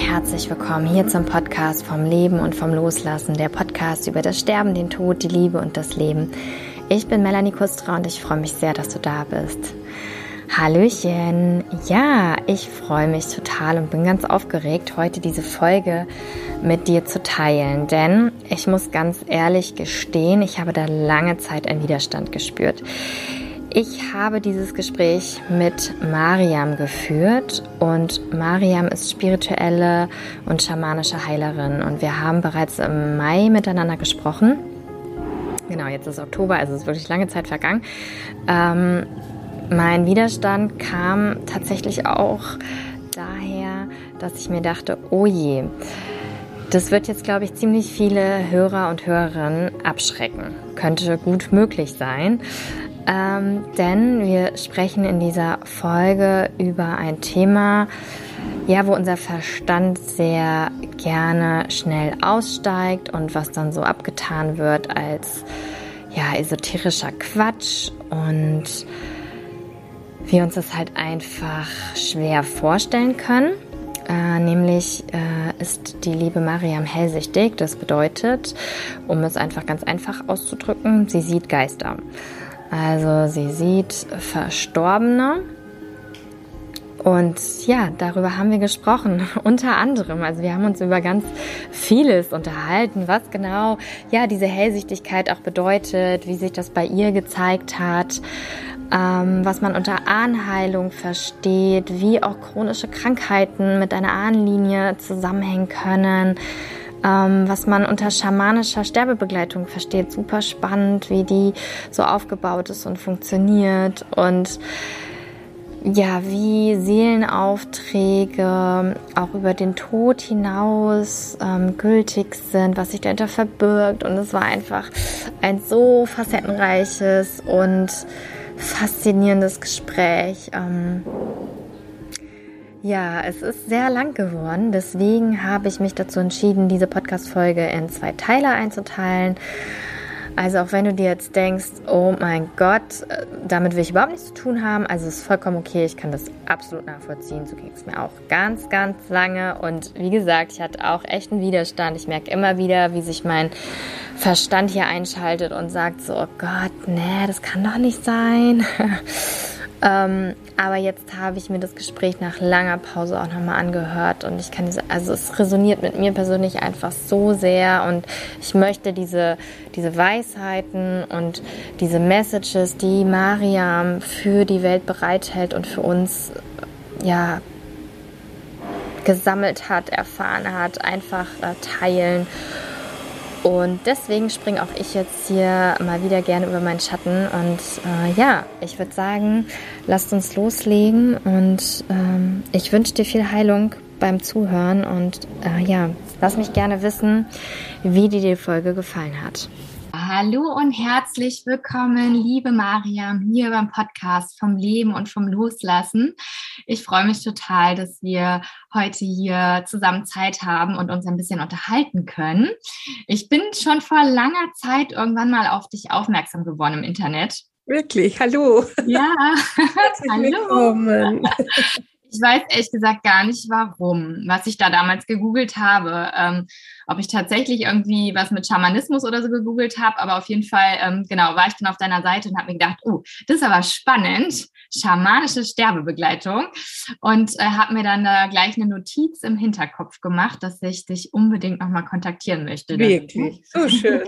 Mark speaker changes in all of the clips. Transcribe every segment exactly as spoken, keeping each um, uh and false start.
Speaker 1: herzlich willkommen hier zum Podcast vom Leben und vom Loslassen, der Podcast über das Sterben, den Tod, die Liebe und das Leben. Ich bin Melanie Kustra und ich freue mich sehr, dass du da bist. Hallöchen! Ja, ich freue mich total und bin ganz aufgeregt, heute diese Folge mit dir zu teilen, denn ich muss ganz ehrlich gestehen, ich habe da lange Zeit einen Widerstand gespürt. Ich habe dieses Gespräch mit Mariam geführt und Mariam ist spirituelle und schamanische Heilerin und wir haben bereits im Mai miteinander gesprochen. Genau, jetzt ist Oktober, also es ist wirklich lange Zeit vergangen. Ähm, mein Widerstand kam tatsächlich auch daher, dass ich mir dachte, oh je, das wird jetzt, glaube ich, ziemlich viele Hörer und Hörerinnen abschrecken. Könnte gut möglich sein. Ähm, denn wir sprechen in dieser Folge über ein Thema, ja, wo unser Verstand sehr gerne schnell aussteigt und was dann so abgetan wird als ja, esoterischer Quatsch und wir uns das halt einfach schwer vorstellen können. Äh, nämlich äh, ist die liebe Mariam hellsichtig. Das bedeutet, um es einfach ganz einfach auszudrücken, sie sieht Geister. Also sie sieht Verstorbene und ja, darüber haben wir gesprochen, unter anderem. Also wir haben uns über ganz vieles unterhalten, was genau ja diese Hellsichtigkeit auch bedeutet, wie sich das bei ihr gezeigt hat, ähm, was man unter Ahnenheilung versteht, wie auch chronische Krankheiten mit einer Ahnenlinie zusammenhängen können. Ähm, was man unter schamanischer Sterbebegleitung versteht, super spannend, wie die so aufgebaut ist und funktioniert und ja, wie Seelenaufträge auch über den Tod hinaus ähm, gültig sind, was sich dahinter verbirgt und es war einfach ein so facettenreiches und faszinierendes Gespräch. Ähm, Ja, es ist sehr lang geworden, deswegen habe ich mich dazu entschieden, diese Podcast-Folge in zwei Teile einzuteilen. Also auch wenn du dir jetzt denkst, oh mein Gott, damit will ich überhaupt nichts zu tun haben, also es ist vollkommen okay, ich kann das absolut nachvollziehen, so ging es mir auch ganz, ganz lange und wie gesagt, ich hatte auch echt einen Widerstand, ich merke immer wieder, wie sich mein Verstand hier einschaltet und sagt so, oh Gott, nee, das kann doch nicht sein. Ähm, aber jetzt habe ich mir das Gespräch nach langer Pause auch nochmal angehört und ich kann diese, also es resoniert mit mir persönlich einfach so sehr und ich möchte diese, diese Weisheiten und diese Messages, die Mariam für die Welt bereithält und für uns, ja, gesammelt hat, erfahren hat, einfach äh, teilen. Und deswegen springe auch ich jetzt hier mal wieder gerne über meinen Schatten und äh, ja, ich würde sagen, lasst uns loslegen und ähm, ich wünsche dir viel Heilung beim Zuhören und äh, ja, lass mich gerne wissen, wie dir die Folge gefallen hat.
Speaker 2: Hallo und herzlich willkommen, liebe Mariam, hier beim Podcast vom Leben und vom Loslassen. Ich freue mich total, dass wir heute hier zusammen Zeit haben und uns ein bisschen unterhalten können. Ich bin schon vor langer Zeit irgendwann mal auf dich aufmerksam geworden im Internet.
Speaker 3: Wirklich, hallo.
Speaker 2: Ja,
Speaker 3: herzlich
Speaker 2: hallo.
Speaker 3: willkommen.
Speaker 2: Ich weiß ehrlich gesagt gar nicht, warum, was ich da damals gegoogelt habe. Ähm, ob ich tatsächlich irgendwie was mit Schamanismus oder so gegoogelt habe, aber auf jeden Fall, ähm, genau, war ich dann auf deiner Seite und habe mir gedacht, oh, das ist aber spannend, schamanische Sterbebegleitung und äh, habe mir dann da gleich eine Notiz im Hinterkopf gemacht, dass ich dich unbedingt nochmal kontaktieren möchte.
Speaker 3: Wirklich, so schön.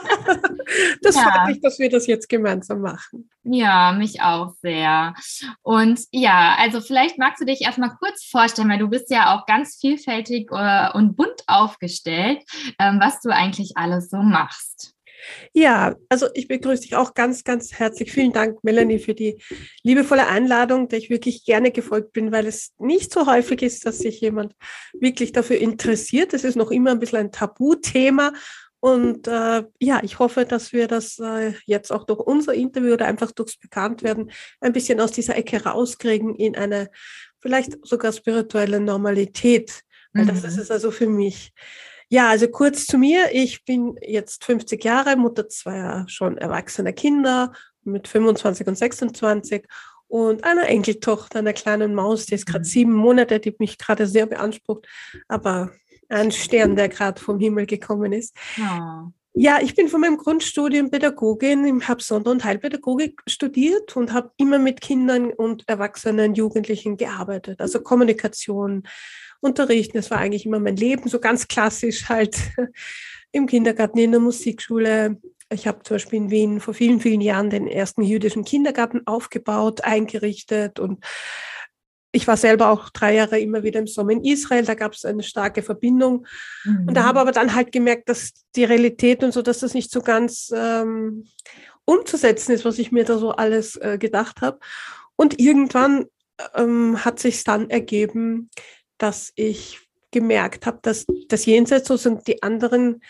Speaker 3: Das
Speaker 2: ja.
Speaker 3: freut mich, dass wir das jetzt gemeinsam machen.
Speaker 2: Ja, mich auch sehr. Und ja, also vielleicht magst du dich erstmal kurz vorstellen, weil du bist ja auch ganz vielfältig äh, und bunt aufgestellt, ähm, was du eigentlich alles so machst.
Speaker 3: Ja, also ich begrüße dich auch ganz, ganz herzlich. Vielen Dank, Melanie, für die liebevolle Einladung, der ich wirklich gerne gefolgt bin, weil es nicht so häufig ist, dass sich jemand wirklich dafür interessiert. Es ist noch immer ein bisschen ein Tabuthema. Und äh, ja, ich hoffe, dass wir das äh, jetzt auch durch unser Interview oder einfach durchs Bekanntwerden ein bisschen aus dieser Ecke rauskriegen in eine vielleicht sogar spirituelle Normalität. Weil mhm. das ist es also für mich. Ja, also kurz zu mir. Ich bin jetzt fünfzig Jahre, Mutter zweier schon erwachsener Kinder mit fünfundzwanzig und sechsundzwanzig und einer Enkeltochter, einer kleinen Maus, die ist gerade sieben Monate, die mich gerade sehr beansprucht, aber ein Stern, der gerade vom Himmel gekommen ist.
Speaker 2: Oh.
Speaker 3: Ja, ich bin von meinem Grundstudium Pädagogin, ich habe Sonder- und Heilpädagogik studiert und habe immer mit Kindern und Erwachsenen, Jugendlichen gearbeitet, also Kommunikation, Unterrichten, das war eigentlich immer mein Leben, so ganz klassisch halt im Kindergarten, in der Musikschule. Ich habe zum Beispiel in Wien vor vielen, vielen Jahren den ersten jüdischen Kindergarten aufgebaut, eingerichtet und ich war selber auch drei Jahre immer wieder im Sommer in Israel, da gab es eine starke Verbindung. Mhm. Und da habe aber dann halt gemerkt, dass die Realität und so, dass das nicht so ganz ähm, umzusetzen ist, was ich mir da so alles äh, gedacht habe. Und irgendwann ähm, hat sich dann ergeben, dass ich gemerkt habe, dass das Jenseits sozusagen die anderen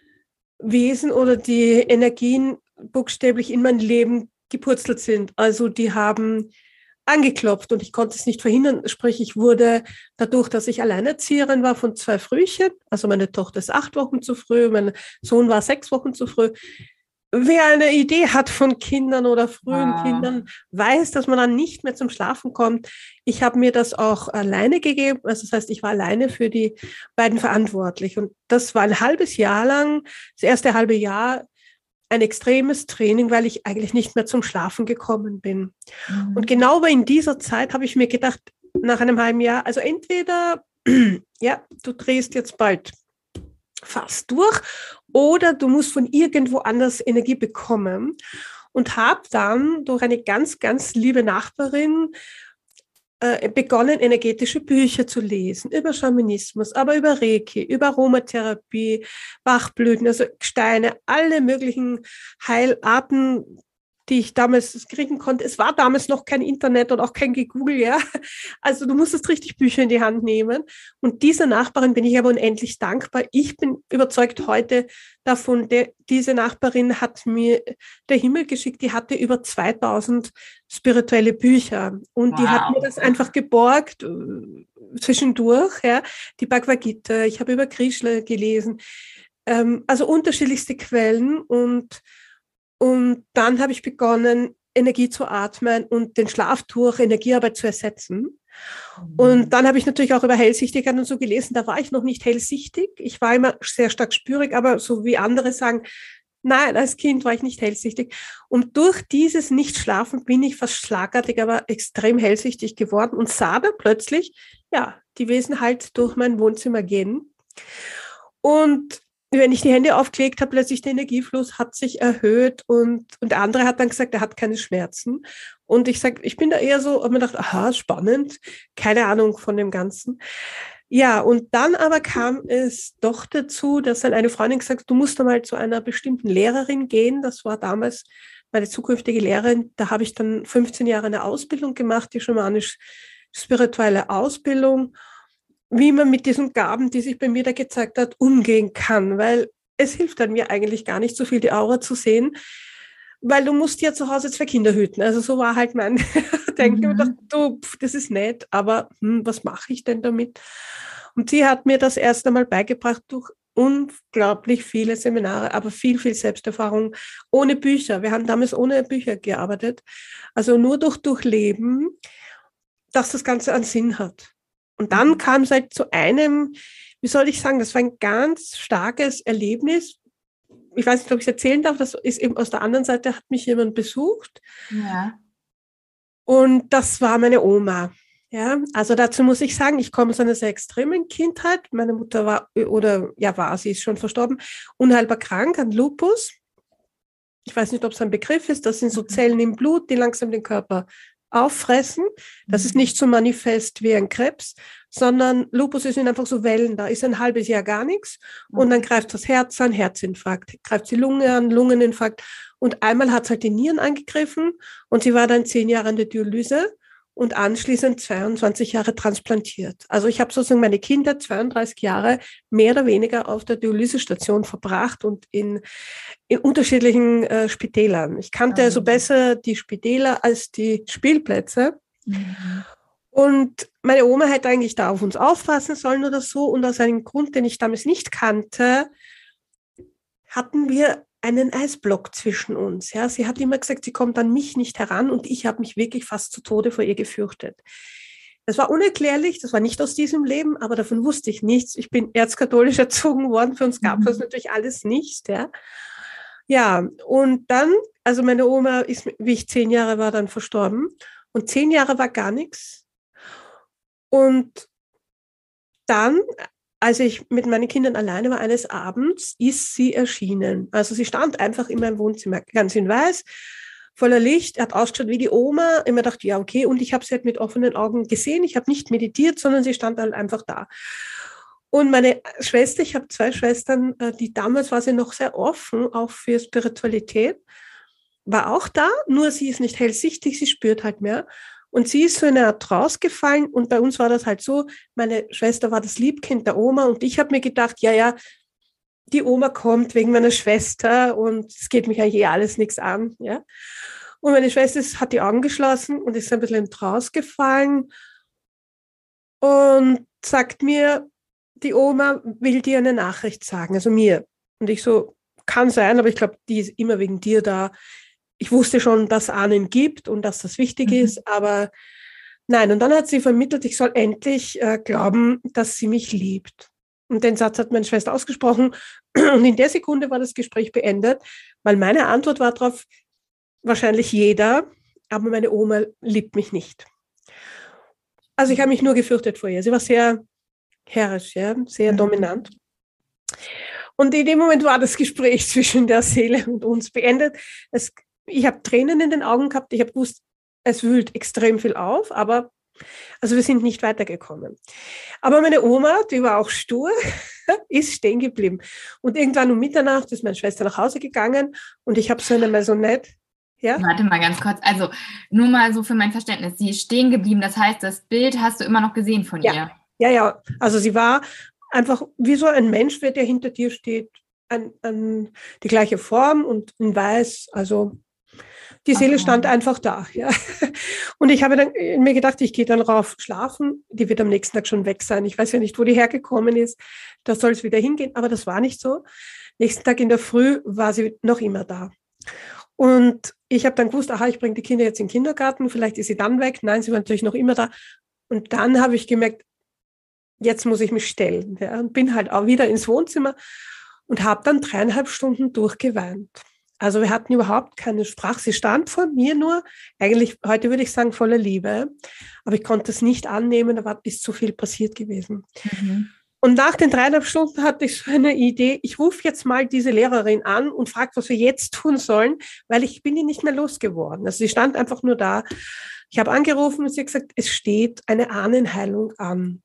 Speaker 3: Wesen oder die Energien buchstäblich in mein Leben gepurzelt sind. Also die haben angeklopft und ich konnte es nicht verhindern. Sprich, ich wurde dadurch, dass ich Alleinerzieherin war von zwei Frühchen, also meine Tochter ist acht Wochen zu früh, mein Sohn war sechs Wochen zu früh. Wer eine Idee hat von Kindern oder frühen ah. Kindern, weiß, dass man dann nicht mehr zum Schlafen kommt. Ich habe mir das auch alleine gegeben. Also das heißt, ich war alleine für die beiden verantwortlich. Und das war ein halbes Jahr lang, das erste halbe Jahr, ein extremes Training, weil ich eigentlich nicht mehr zum Schlafen gekommen bin. Mhm. Und genau in dieser Zeit habe ich mir gedacht, nach einem halben Jahr, also entweder, ja, du drehst jetzt bald fast durch oder du musst von irgendwo anders Energie bekommen und habe dann durch eine ganz, ganz liebe Nachbarin äh, begonnen, energetische Bücher zu lesen über Schamanismus, aber über Reiki, über Aromatherapie, Bachblüten, also Steine, alle möglichen Heilarten, die ich damals kriegen konnte. Es war damals noch kein Internet und auch kein Google, ja. Also du musstest richtig Bücher in die Hand nehmen. Und dieser Nachbarin bin ich aber unendlich dankbar. Ich bin überzeugt heute davon, de, diese Nachbarin hat mir der Himmel geschickt, die hatte über zweitausend spirituelle Bücher. Und wow. Die hat mir das einfach geborgt, äh, zwischendurch, ja. Die Bhagavad Gita, ich habe über Krishna gelesen. Ähm, also unterschiedlichste Quellen und Und dann habe ich begonnen, Energie zu atmen und den Schlaf durch Energiearbeit zu ersetzen. Mhm. Und dann habe ich natürlich auch über Hellsichtigkeit und so gelesen. Da war ich noch nicht hellsichtig. Ich war immer sehr stark spürig, aber so wie andere sagen, nein, als Kind war ich nicht hellsichtig. Und durch dieses Nichtschlafen bin ich fast schlagartig, aber extrem hellsichtig geworden und sah dann plötzlich, ja, die Wesen halt durch mein Wohnzimmer gehen. Und wenn ich die Hände aufgelegt habe, plötzlich der Energiefluss hat sich erhöht und, und der andere hat dann gesagt, er hat keine Schmerzen. Und ich sage, ich bin da eher so, habe mir gedacht, aha, spannend, keine Ahnung von dem Ganzen. Ja, und dann aber kam es doch dazu, dass dann eine Freundin gesagt hat, du musst einmal zu einer bestimmten Lehrerin gehen. Das war damals meine zukünftige Lehrerin. Da habe ich dann fünfzehn Jahre eine Ausbildung gemacht, die schamanisch-spirituelle Ausbildung, wie man mit diesen Gaben, die sich bei mir da gezeigt hat, umgehen kann, weil es hilft dann mir eigentlich gar nicht so viel, die Aura zu sehen, weil du musst ja zu Hause zwei Kinder hüten. Also so war halt mein Denken, mhm. du, pf, das ist nett, aber hm, was mache ich denn damit? Und sie hat mir das erst einmal beigebracht durch unglaublich viele Seminare, aber viel, viel Selbsterfahrung ohne Bücher. Wir haben damals ohne Bücher gearbeitet, also nur durch Durchleben, dass das Ganze einen Sinn hat. Und dann kam es halt zu einem, wie soll ich sagen, das war ein ganz starkes Erlebnis. Ich weiß nicht, ob ich es erzählen darf, das ist eben aus der anderen Seite, hat mich jemand besucht.
Speaker 2: Ja.
Speaker 3: Und das war meine Oma. Ja, also dazu muss ich sagen, ich komme aus einer sehr extremen Kindheit. Meine Mutter war, oder ja war, sie ist schon verstorben, unheilbar krank an Lupus. Ich weiß nicht, ob es ein Begriff ist, das sind so Zellen im Blut, die langsam den Körper auffressen. Das ist nicht so manifest wie ein Krebs, sondern Lupus ist einfach so Wellen. Da ist ein halbes Jahr gar nichts und dann greift das Herz an, Herzinfarkt, greift die Lunge an, Lungeninfarkt und einmal hat es halt die Nieren angegriffen und sie war dann zehn Jahre in der Dialyse und anschließend zweiundzwanzig Jahre transplantiert. Also ich habe sozusagen meine Kinder zweiunddreißig Jahre mehr oder weniger auf der Dialysestation verbracht und in, in unterschiedlichen äh, Spitälern. Ich kannte also besser die Spitäler als die Spielplätze. Mhm. Und meine Oma hätte eigentlich da auf uns aufpassen sollen oder so. Und aus einem Grund, den ich damals nicht kannte, hatten wir einen Eisblock zwischen uns. Ja, sie hat immer gesagt, sie kommt an mich nicht heran und ich habe mich wirklich fast zu Tode vor ihr gefürchtet. Das war unerklärlich, das war nicht aus diesem Leben, aber davon wusste ich nichts. Ich bin erzkatholisch erzogen worden, für uns gab es mhm. natürlich alles nicht. Ja. ja, und dann, also meine Oma ist, wie ich zehn Jahre war, dann verstorben und zehn Jahre war gar nichts. Und dann, als ich mit meinen Kindern alleine war, eines Abends, ist sie erschienen. Also sie stand einfach in meinem Wohnzimmer, ganz in weiß, voller Licht, hat ausgeschaut wie die Oma. Immer dachte, ja, okay. Und ich habe sie halt mit offenen Augen gesehen. Ich habe nicht meditiert, sondern sie stand halt einfach da. Und meine Schwester, ich habe zwei Schwestern, die damals war sie noch sehr offen, auch für Spiritualität, war auch da, nur sie ist nicht hellsichtig, sie spürt halt mehr. Und sie ist so in eine Art rausgefallen und bei uns war das halt so, meine Schwester war das Liebkind der Oma und ich habe mir gedacht, ja, ja, die Oma kommt wegen meiner Schwester und es geht mich eigentlich eh alles nichts an. Ja. Und meine Schwester hat die Augen geschlossen und ist ein bisschen in Trance gefallen und sagt mir, die Oma will dir eine Nachricht sagen, also mir. Und ich so, kann sein, aber ich glaube, die ist immer wegen dir da. Ich wusste schon, dass es Ahnen gibt und dass das wichtig mhm. ist, aber nein. Und dann hat sie vermittelt, ich soll endlich äh, glauben, dass sie mich liebt. Und den Satz hat meine Schwester ausgesprochen. Und in der Sekunde war das Gespräch beendet, weil meine Antwort war darauf, wahrscheinlich jeder, aber meine Oma liebt mich nicht. Also ich habe mich nur gefürchtet vor ihr. Sie war sehr herrisch, ja, sehr mhm. dominant. Und in dem Moment war das Gespräch zwischen der Seele und uns beendet. Es, ich habe Tränen in den Augen gehabt. Ich habe gewusst, es wühlt extrem viel auf, aber also wir sind nicht weitergekommen. Aber meine Oma, die war auch stur, ist stehen geblieben. Und irgendwann um Mitternacht ist meine Schwester nach Hause gegangen und ich habe so eine Maisonette. Ja?
Speaker 2: Warte mal ganz kurz. Also nur mal so für mein Verständnis. Sie ist stehen geblieben, das heißt, das Bild hast du immer noch gesehen von
Speaker 3: ja.
Speaker 2: ihr?
Speaker 3: Ja, ja. Also sie war einfach wie so ein Mensch, der hinter dir steht, an, an die gleiche Form und in weiß, also die Seele okay. stand einfach da. Ja. Und ich habe dann in mir gedacht, ich gehe dann rauf schlafen, die wird am nächsten Tag schon weg sein. Ich weiß ja nicht, wo die hergekommen ist, da soll es wieder hingehen, aber das war nicht so. Nächsten Tag in der Früh war sie noch immer da. Und ich habe dann gewusst, aha, ich bringe die Kinder jetzt in den Kindergarten, vielleicht ist sie dann weg. Nein, sie war natürlich noch immer da. Und dann habe ich gemerkt, jetzt muss ich mich stellen. Ja, und bin halt auch wieder ins Wohnzimmer und habe dann dreieinhalb Stunden durchgeweint. Also wir hatten überhaupt keine Sprache. Sie stand vor mir nur, eigentlich, heute würde ich sagen, voller Liebe. Aber ich konnte es nicht annehmen, da war, ist zu viel passiert gewesen. Mhm. Und nach den dreieinhalb Stunden hatte ich so eine Idee, ich rufe jetzt mal diese Lehrerin an und frage, was wir jetzt tun sollen, weil ich bin die nicht mehr losgeworden. Also sie stand einfach nur da. Ich habe angerufen und sie hat gesagt, es steht eine Ahnenheilung an.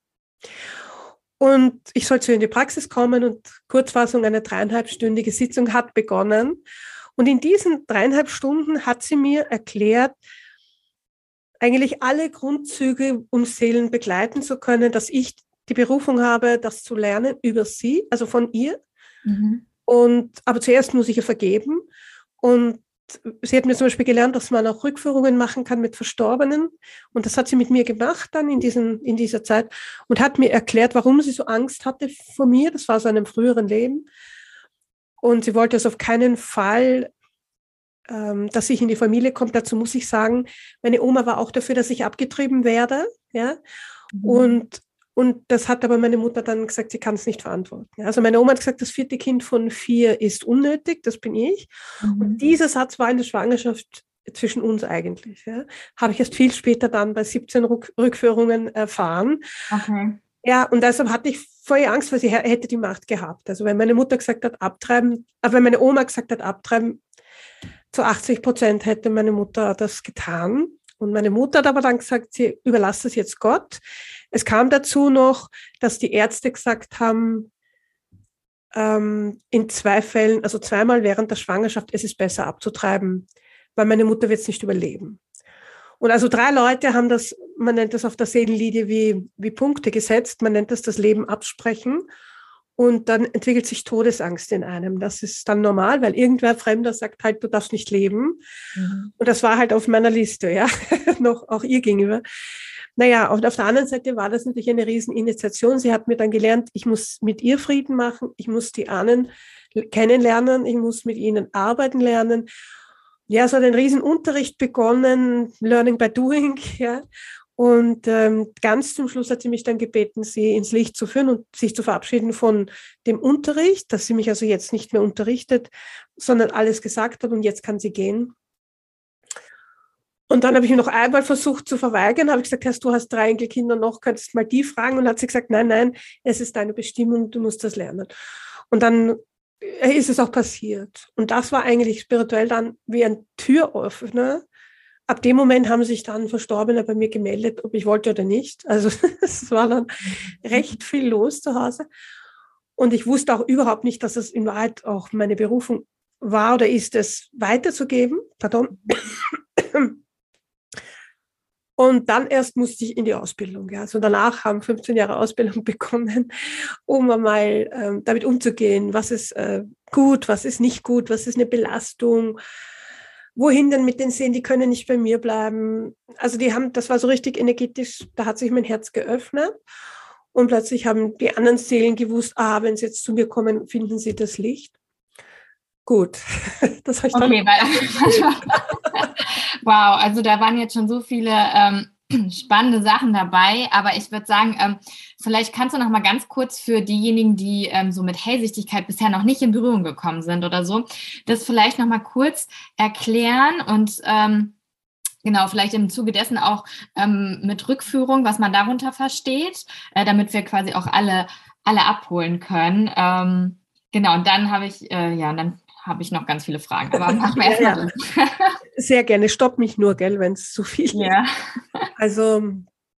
Speaker 3: Und ich soll zu ihr in die Praxis kommen und Kurzfassung, eine dreieinhalbstündige Sitzung hat begonnen. Und in diesen dreieinhalb Stunden hat sie mir erklärt, eigentlich alle Grundzüge, um Seelen begleiten zu können, dass ich die Berufung habe, das zu lernen über sie, also von ihr. Mhm. Und, aber zuerst muss ich ihr vergeben. Und sie hat mir zum Beispiel gelernt, dass man auch Rückführungen machen kann mit Verstorbenen. Und das hat sie mit mir gemacht dann in, diesen, in dieser Zeit und hat mir erklärt, warum sie so Angst hatte vor mir. Das war so in einem früheren Leben. Und sie wollte es auf keinen Fall, ähm, dass ich in die Familie komme. Dazu muss ich sagen, meine Oma war auch dafür, dass ich abgetrieben werde. Ja? Mhm. Und Und das hat aber meine Mutter dann gesagt, sie kann es nicht verantworten. Also meine Oma hat gesagt, das vierte Kind von vier ist unnötig, das bin ich. Mhm. Und dieser Satz war in der Schwangerschaft zwischen uns eigentlich. Ja. Habe ich erst viel später dann bei siebzehn Rück- Rückführungen erfahren. Okay. Ja, und deshalb hatte ich vor ihr Angst, weil sie hätte die Macht gehabt. Also wenn meine Mutter gesagt hat, abtreiben, aber wenn meine Oma gesagt hat, abtreiben, zu achtzig Prozent hätte meine Mutter das getan. Und meine Mutter hat aber dann gesagt, sie überlasst es jetzt Gott. Es kam dazu noch, dass die Ärzte gesagt haben, ähm, in zwei Fällen, also zweimal während der Schwangerschaft, es ist besser abzutreiben, weil meine Mutter wird es nicht überleben. Und also drei Leute haben das, man nennt das auf der Seelenlinie wie, wie Punkte gesetzt, man nennt das das Leben absprechen. Und dann entwickelt sich Todesangst in einem. Das ist dann normal, weil irgendwer Fremder sagt halt, du darfst nicht leben. Mhm. Und das war halt auf meiner Liste, ja, noch auch ihr gegenüber. Naja, und auf der anderen Seite war das natürlich eine Rieseninitiation. Sie hat mir dann gelernt, ich muss mit ihr Frieden machen, ich muss die Ahnen kennenlernen, ich muss mit ihnen arbeiten lernen. Ja, es hat ein Riesenunterricht begonnen, Learning by Doing, ja. Und ähm, ganz zum Schluss hat sie mich dann gebeten, sie ins Licht zu führen und sich zu verabschieden von dem Unterricht, dass sie mich also jetzt nicht mehr unterrichtet, sondern alles gesagt hat und jetzt kann sie gehen. Und dann habe ich mir noch einmal versucht zu verweigern, habe ich gesagt, du hast drei Enkelkinder noch, könntest mal die fragen? Und hat sie gesagt, nein, nein, es ist deine Bestimmung, du musst das lernen. Und dann ist es auch passiert. Und das war eigentlich spirituell dann wie ein Türöffner. Ab dem Moment haben sich dann Verstorbene bei mir gemeldet, ob ich wollte oder nicht. Also es war dann recht viel los zu Hause. Und ich wusste auch überhaupt nicht, dass es in Wahrheit auch meine Berufung war oder ist, es weiterzugeben. Pardon. Und dann erst musste ich in die Ausbildung. Ja. Also danach haben fünfzehn Jahre Ausbildung begonnen, um einmal ähm, damit umzugehen, was ist äh, gut, was ist nicht gut, was ist eine Belastung, wohin denn mit den Seelen, die können nicht bei mir bleiben. Also die haben, das war so richtig energetisch, da hat sich mein Herz geöffnet und plötzlich haben die anderen Seelen gewusst, ah, wenn sie jetzt zu mir kommen, finden sie das Licht. Gut, das habe ich dann...
Speaker 2: Okay, weil, wow, also da waren jetzt schon so viele ähm, spannende Sachen dabei, aber ich würde sagen, ähm, vielleicht kannst du noch mal ganz kurz für diejenigen, die ähm, so mit Hellsichtigkeit bisher noch nicht in Berührung gekommen sind oder so, das vielleicht noch mal kurz erklären und ähm, genau, vielleicht im Zuge dessen auch ähm, mit Rückführung, was man darunter versteht, äh, damit wir quasi auch alle, alle abholen können. Ähm, genau, und dann habe ich, äh, ja, dann habe ich noch ganz viele Fragen, aber machen wir erstmal ja, ja.
Speaker 3: Sehr gerne, stopp mich nur, gell, wenn es zu viel
Speaker 2: ja.
Speaker 3: ist. Also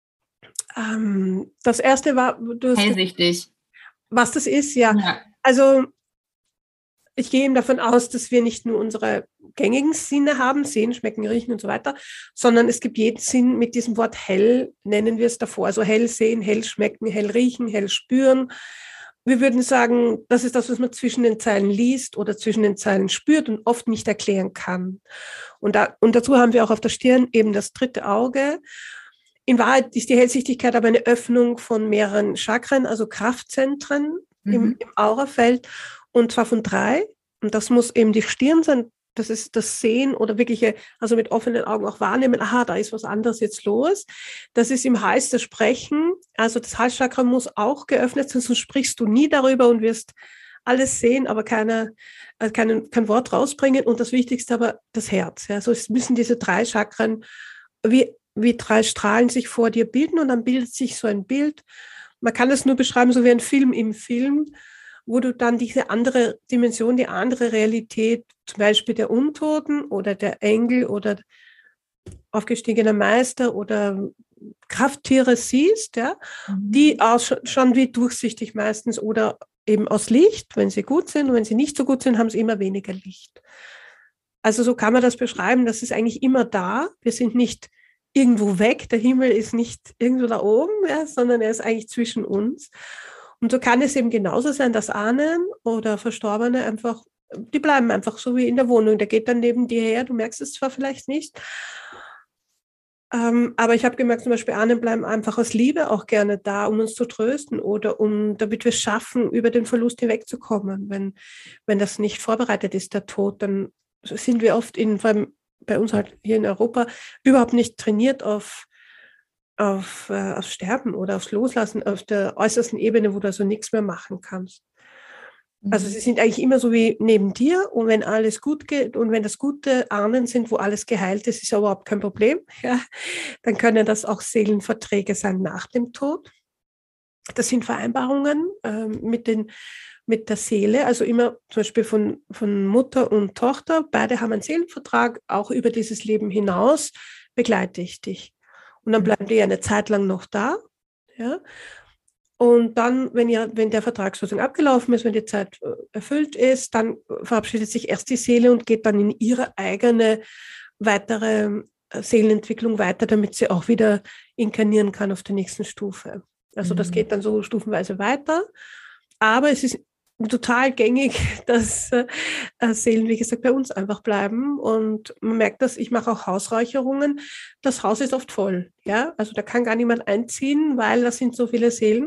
Speaker 3: ähm, das erste war... Du hast
Speaker 2: hellsichtig.
Speaker 3: Was das ist, ja. ja. Also ich gehe eben davon aus, dass wir nicht nur unsere gängigen Sinne haben, sehen, schmecken, riechen und so weiter, sondern es gibt jeden Sinn mit diesem Wort hell, nennen wir es davor. Also hell sehen, hell schmecken, hell riechen, hell spüren. Wir würden sagen, das ist das, was man zwischen den Zeilen liest oder zwischen den Zeilen spürt und oft nicht erklären kann. Und, da, und dazu haben wir auch auf der Stirn eben das dritte Auge. In Wahrheit ist die Hellsichtigkeit aber eine Öffnung von mehreren Chakren, also Kraftzentren mhm. im, im Aurafeld, und zwar von drei. Und das muss eben die Stirn sein. Das ist das Sehen oder wirkliche, also mit offenen Augen auch wahrnehmen, aha, da ist was anderes jetzt los. Das ist im Hals das Sprechen, also das Halschakra muss auch geöffnet sein, sonst sprichst du nie darüber und wirst alles sehen, aber keine, kein, kein Wort rausbringen. Und das Wichtigste aber das Herz. Ja. Also es müssen diese drei Chakren wie, wie drei Strahlen sich vor dir bilden und dann bildet sich so ein Bild. Man kann es nur beschreiben, so wie ein Film im Film, wo du dann diese andere Dimension, die andere Realität, zum Beispiel der Untoten oder der Engel oder aufgestiegener Meister oder Krafttiere siehst, ja, mhm. die auch schon, schon wie durchsichtig meistens oder eben aus Licht, wenn sie gut sind, und wenn sie nicht so gut sind, haben sie immer weniger Licht. Also so kann man das beschreiben, das ist eigentlich immer da, wir sind nicht irgendwo weg, der Himmel ist nicht irgendwo da oben, ja, sondern er ist eigentlich zwischen uns. Und so kann es eben genauso sein, dass Ahnen oder Verstorbene einfach, die bleiben einfach so wie in der Wohnung. Der geht dann neben dir her, du merkst es zwar vielleicht nicht, ähm, aber ich habe gemerkt, zum Beispiel Ahnen bleiben einfach aus Liebe auch gerne da, um uns zu trösten oder um, damit wir es schaffen, über den Verlust hinwegzukommen. Wenn, wenn das nicht vorbereitet ist, der Tod, dann sind wir oft, in, vor allem bei uns halt hier in Europa, überhaupt nicht trainiert auf Auf, äh, aufs Sterben oder aufs Loslassen, auf der äußersten Ebene, wo du also nichts mehr machen kannst. Mhm. Also sie sind eigentlich immer so wie neben dir und wenn alles gut geht und wenn das gute Ahnen sind, wo alles geheilt ist, ist ja überhaupt kein Problem. Ja? Dann können das auch Seelenverträge sein nach dem Tod. Das sind Vereinbarungen äh, mit, den, mit der Seele, also immer zum Beispiel von, von Mutter und Tochter. Beide haben einen Seelenvertrag, auch über dieses Leben hinaus begleite ich dich. Und dann bleiben die ja eine Zeit lang noch da. Ja? Und dann, wenn, ihr, wenn der Vertrag sozusagen abgelaufen ist, wenn die Zeit erfüllt ist, dann verabschiedet sich erst die Seele und geht dann in ihre eigene weitere Seelenentwicklung weiter, damit sie auch wieder inkarnieren kann auf der nächsten Stufe. Also mhm. das geht dann so stufenweise weiter. Aber es ist total gängig, dass äh, Seelen, wie gesagt, bei uns einfach bleiben. Und man merkt das, ich mache auch Hausräucherungen. Das Haus ist oft voll. Ja? Also da kann gar niemand einziehen, weil da sind so viele Seelen.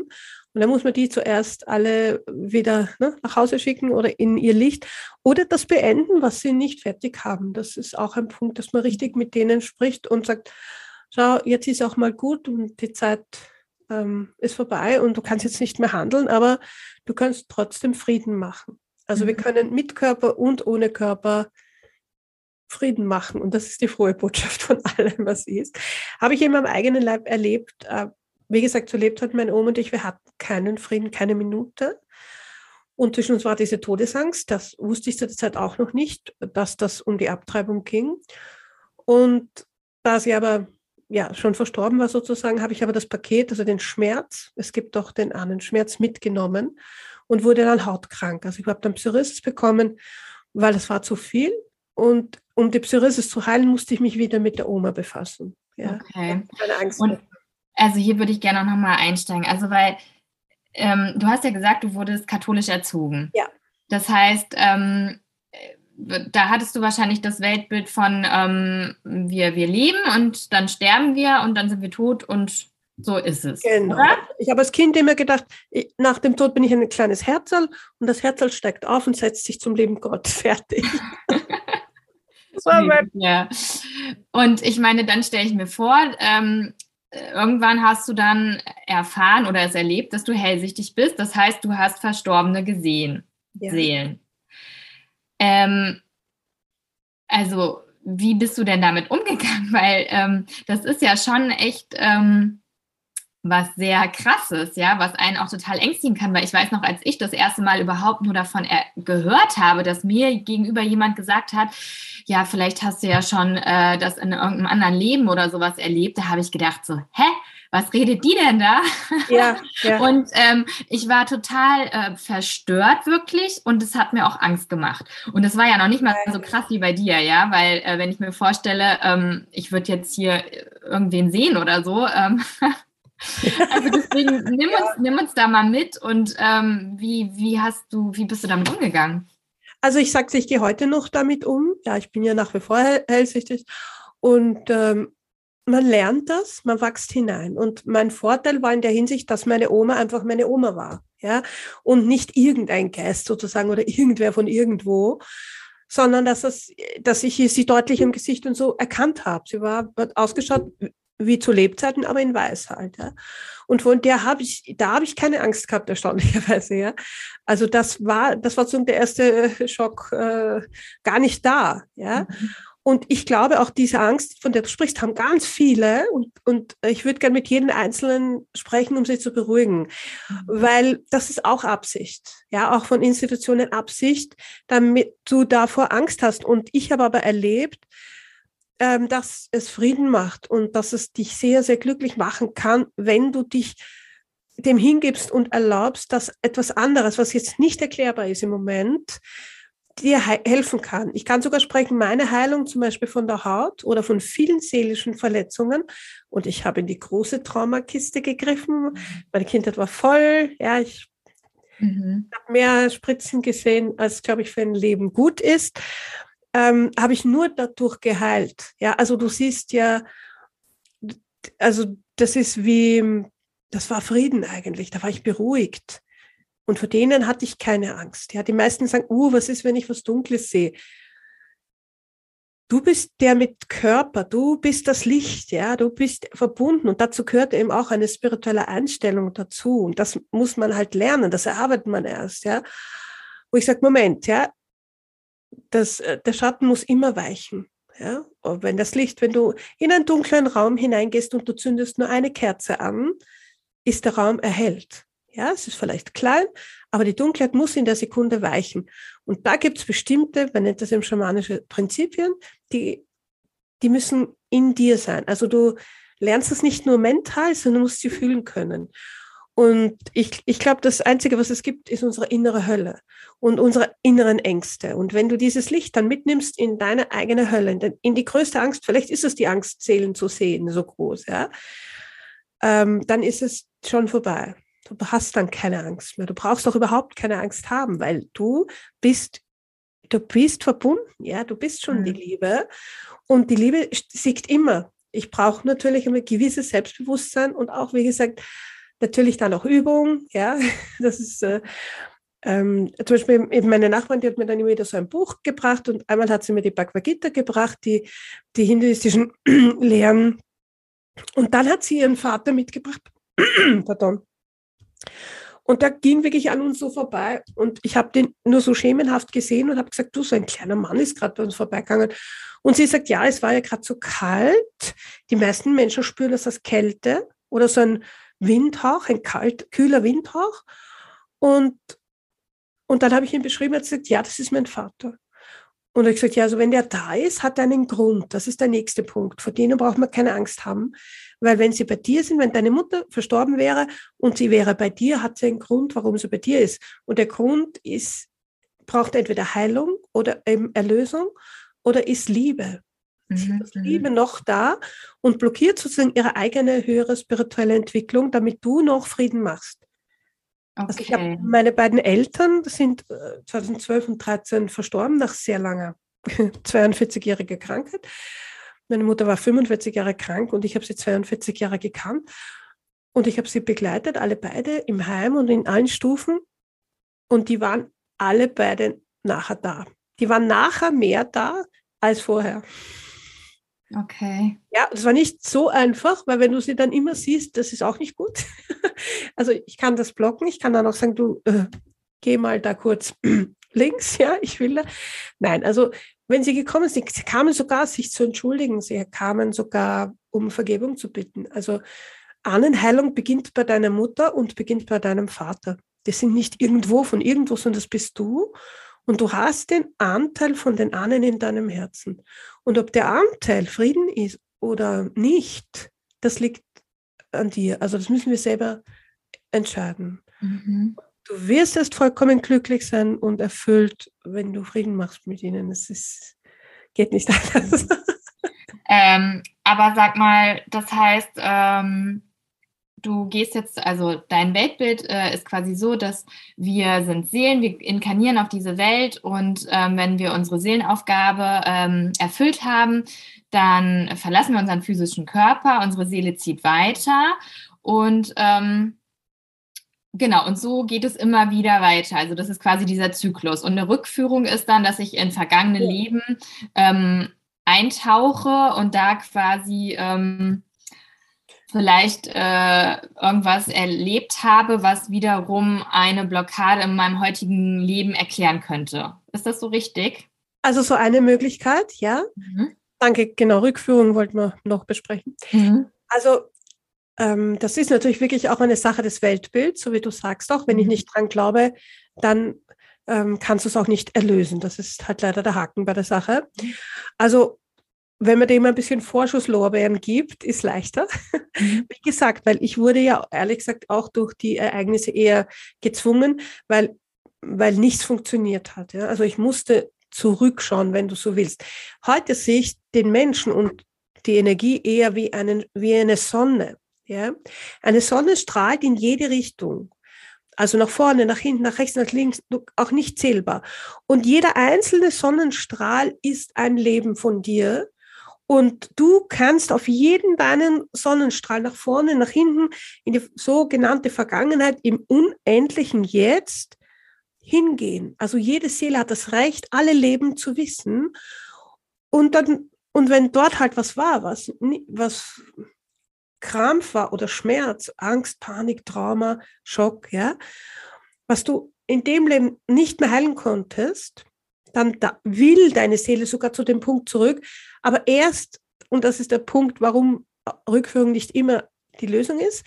Speaker 3: Und dann muss man die zuerst alle wieder ne, nach Hause schicken oder in ihr Licht oder das beenden, was sie nicht fertig haben. Das ist auch ein Punkt, dass man richtig mit denen spricht und sagt, schau, jetzt ist auch mal gut und die Zeit ähm, ist vorbei und du kannst jetzt nicht mehr handeln, aber du kannst trotzdem Frieden machen. Also mhm. wir können mit Körper und ohne Körper Frieden machen. Und das ist die frohe Botschaft von allem, was ist. Habe ich in meinem eigenen Leib erlebt. Äh, wie gesagt, so lebt hat meine Oma und ich, wir hatten keinen Frieden, keine Minute. Und zwischen uns war diese Todesangst. Das wusste ich zu der Zeit auch noch nicht, dass das um die Abtreibung ging. Und da sie aber ja, schon verstorben war sozusagen, habe ich aber das Paket, also den Schmerz, es gibt doch den Ahnenschmerz, mitgenommen und wurde dann hautkrank. Also ich habe dann Psoriasis bekommen, weil es war zu viel. Und um die Psoriasis zu heilen, musste ich mich wieder mit der Oma befassen. Ja.
Speaker 2: Okay.
Speaker 3: Keine Angst
Speaker 2: und
Speaker 3: mehr.
Speaker 2: Also hier würde ich gerne noch mal einsteigen. Also weil ähm, du hast ja gesagt, du wurdest katholisch erzogen.
Speaker 3: Ja.
Speaker 2: Das heißt, ähm, da hattest du wahrscheinlich das Weltbild von ähm, wir, wir leben und dann sterben wir und dann sind wir tot und so ist es.
Speaker 3: Genau.
Speaker 2: Oder?
Speaker 3: Ich habe als Kind immer gedacht, ich, nach dem Tod bin ich ein kleines Herzl und das Herzl steigt auf und setzt sich zum lieben Gott. Fertig. Das war mein
Speaker 2: ja. Und ich meine, dann stelle ich mir vor, ähm, irgendwann hast du dann erfahren oder es erlebt, dass du hellsichtig bist. Das heißt, du hast Verstorbene gesehen,
Speaker 3: ja.
Speaker 2: Seelen. Ähm, also, wie bist du denn damit umgegangen? Weil ähm, das ist ja schon echt ähm, was sehr Krasses, ja, was einen auch total ängstigen kann. Weil ich weiß noch, als ich das erste Mal überhaupt nur davon er- gehört habe, dass mir gegenüber jemand gesagt hat, ja, vielleicht hast du ja schon äh, das in irgendeinem anderen Leben oder sowas erlebt, da habe ich gedacht so, hä? Was redet die denn da?
Speaker 3: Ja, ja.
Speaker 2: Und ähm, ich war total äh, verstört wirklich und es hat mir auch Angst gemacht. Und es war ja noch nicht mal so krass wie bei dir, ja, weil äh, wenn ich mir vorstelle, ähm, ich würde jetzt hier irgendwen sehen oder so, ähm, also deswegen nimm uns, nimm uns da mal mit und ähm, wie, wie hast du, wie bist du damit umgegangen?
Speaker 3: Also ich sage, ich gehe heute noch damit um. Ja, ich bin ja nach wie vor hell- hellsichtig und ähm, man lernt das, man wächst hinein. Und mein Vorteil war in der Hinsicht, dass meine Oma einfach meine Oma war, ja, und nicht irgendein Geist sozusagen oder irgendwer von irgendwo, sondern dass es, dass ich sie deutlich im Gesicht und so erkannt habe. Sie war hat ausgeschaut wie zu Lebzeiten, aber in weiß halt, ja. Und von der habe ich, da habe ich keine Angst gehabt, erstaunlicherweise, ja. Also das war, das war so der erste Schock äh, gar nicht da, ja. Mhm. Und ich glaube, auch diese Angst, von der du sprichst, haben ganz viele. Und, und ich würde gerne mit jedem Einzelnen sprechen, um sie zu beruhigen. Mhm. Weil das ist auch Absicht. Ja, auch von Institutionen Absicht, damit du davor Angst hast. Und ich habe aber erlebt, ähm, dass es Frieden macht und dass es dich sehr, sehr glücklich machen kann, wenn du dich dem hingibst und erlaubst, dass etwas anderes, was jetzt nicht erklärbar ist im Moment, dir he- helfen kann. Ich kann sogar sprechen, meine Heilung zum Beispiel von der Haut oder von vielen seelischen Verletzungen. Und ich habe in die große Traumakiste gegriffen. Meine Kindheit war voll. Ja, ich mhm. habe mehr Spritzen gesehen, als, glaube ich, für ein Leben gut ist. Ähm, habe ich nur dadurch geheilt. Ja, also du siehst ja, also das ist wie, das war Frieden eigentlich. Da war ich beruhigt. Und vor denen hatte ich keine Angst. Ja, die meisten sagen, uh, was ist, wenn ich was Dunkles sehe? Du bist der mit Körper, du bist das Licht, ja, du bist verbunden. Und dazu gehört eben auch eine spirituelle Einstellung dazu. Und das muss man halt lernen, das erarbeitet man erst, ja. Wo ich sage, Moment, ja, das, der Schatten muss immer weichen. Ja, und wenn das Licht, wenn du in einen dunklen Raum hineingehst und du zündest nur eine Kerze an, ist der Raum erhellt. Ja, es ist vielleicht klein, aber die Dunkelheit muss in der Sekunde weichen. Und da gibt es bestimmte, man nennt das eben schamanische Prinzipien, die, die müssen in dir sein. Also du lernst es nicht nur mental, sondern musst sie fühlen können. Und ich, ich glaube, das Einzige, was es gibt, ist unsere innere Hölle und unsere inneren Ängste. Und wenn du dieses Licht dann mitnimmst in deine eigene Hölle, in, in die größte Angst, vielleicht ist es die Angst, Seelen zu sehen, so groß, ja, ähm, dann ist es schon vorbei. Du hast dann keine Angst mehr. Du brauchst doch überhaupt keine Angst haben, weil du bist, du bist verbunden, ja, du bist schon mhm. die Liebe. Und die Liebe siegt immer. Ich brauche natürlich ein gewisses Selbstbewusstsein und auch, wie gesagt, natürlich dann auch Übung, ja, das ist äh, ähm, zum Beispiel eben meine Nachbarin, die hat mir dann immer wieder so ein Buch gebracht und einmal hat sie mir die Bhagavad Gita gebracht, die, die hinduistischen Lehren, und dann hat sie ihren Vater mitgebracht, pardon, und der ging wirklich an uns so vorbei und ich habe den nur so schemenhaft gesehen und habe gesagt, du, so ein kleiner Mann ist gerade bei uns vorbeigegangen. Und sie sagt, ja, es war ja gerade so kalt. Die meisten Menschen spüren das als Kälte oder so ein Windhauch, ein kalt, kühler Windhauch. Und, und dann habe ich ihm beschrieben, er hat gesagt, ja, das ist mein Vater. Und er hat gesagt, ja, also wenn der da ist, hat er einen Grund. Das ist der nächste Punkt. Vor denen braucht man keine Angst haben. Weil wenn sie bei dir sind, wenn deine Mutter verstorben wäre und sie wäre bei dir, hat sie einen Grund, warum sie bei dir ist. Und der Grund ist, braucht entweder Heilung oder eben Erlösung oder ist Liebe. Mhm. Ist Liebe noch da und blockiert sozusagen ihre eigene höhere spirituelle Entwicklung, damit du noch Frieden machst. Okay. Also ich habe meine beiden Eltern, das sind zweitausendzwölf und dreizehn verstorben, nach sehr langer zweiundvierzigjähriger Krankheit. Meine Mutter war fünfundvierzig Jahre krank und ich habe sie zweiundvierzig Jahre gekannt. Und ich habe sie begleitet, alle beide im Heim und in allen Stufen. Und die waren alle beide nachher da. Die waren nachher mehr da als vorher.
Speaker 2: Okay.
Speaker 3: Ja, das war nicht so einfach, weil wenn du sie dann immer siehst, das ist auch nicht gut. Also ich kann das blocken, ich kann dann auch sagen, du äh, geh mal da kurz links, ja, ich will da. Nein, also wenn sie gekommen sind, sie kamen sogar, sich zu entschuldigen, sie kamen sogar, um Vergebung zu bitten. Also Ahnenheilung beginnt bei deiner Mutter und beginnt bei deinem Vater. Die sind nicht irgendwo von irgendwo, sondern das bist du. Und du hast den Anteil von den Ahnen in deinem Herzen. Und ob der Anteil Frieden ist oder nicht, das liegt an dir. Also das müssen wir selber entscheiden. Mhm. Du wirst erst vollkommen glücklich sein und erfüllt, wenn du Frieden machst mit ihnen. Es ist, geht nicht anders.
Speaker 2: Ähm, aber sag mal, das heißt, ähm, du gehst jetzt, also dein Weltbild äh, ist quasi so, dass wir sind Seelen, wir inkarnieren auf diese Welt und ähm, wenn wir unsere Seelenaufgabe ähm, erfüllt haben, dann verlassen wir unseren physischen Körper, unsere Seele zieht weiter und ähm, genau, und so geht es immer wieder weiter. Also das ist quasi dieser Zyklus. Und eine Rückführung ist dann, dass ich in vergangene ja. Leben ähm, eintauche und da quasi ähm, vielleicht äh, irgendwas erlebt habe, was wiederum eine Blockade in meinem heutigen Leben erklären könnte. Ist das so richtig?
Speaker 3: Also so eine Möglichkeit, ja. Mhm. Danke, genau, Rückführung wollten wir noch besprechen. Mhm. Also ähm, das ist natürlich wirklich auch eine Sache des Weltbilds, so wie du sagst auch. Wenn mhm. ich nicht dran glaube, dann ähm, kannst du es auch nicht erlösen. Das ist halt leider der Haken bei der Sache. Mhm. Also wenn man dem ein bisschen Vorschusslorbeeren gibt, ist leichter. Mhm. Wie gesagt, weil ich wurde ja ehrlich gesagt auch durch die Ereignisse eher gezwungen, weil, weil nichts funktioniert hat. Ja? Also ich musste zurückschauen, wenn du so willst. Heute sehe ich den Menschen und die Energie eher wie, einen, wie eine Sonne. Ja? Eine Sonne strahlt in jede Richtung. Also nach vorne, nach hinten, nach rechts, nach links, auch nicht zählbar. Und jeder einzelne Sonnenstrahl ist ein Leben von dir. Und du kannst auf jeden deinen Sonnenstrahl nach vorne, nach hinten, in die sogenannte Vergangenheit, im unendlichen Jetzt hingehen. Also jede Seele hat das Recht, alle Leben zu wissen. Und dann, und wenn dort halt was war, was, was Krampf war oder Schmerz, Angst, Panik, Trauma, Schock, ja, was du in dem Leben nicht mehr heilen konntest, dann da will deine Seele sogar zu dem Punkt zurück. Aber erst, und das ist der Punkt, warum Rückführung nicht immer die Lösung ist,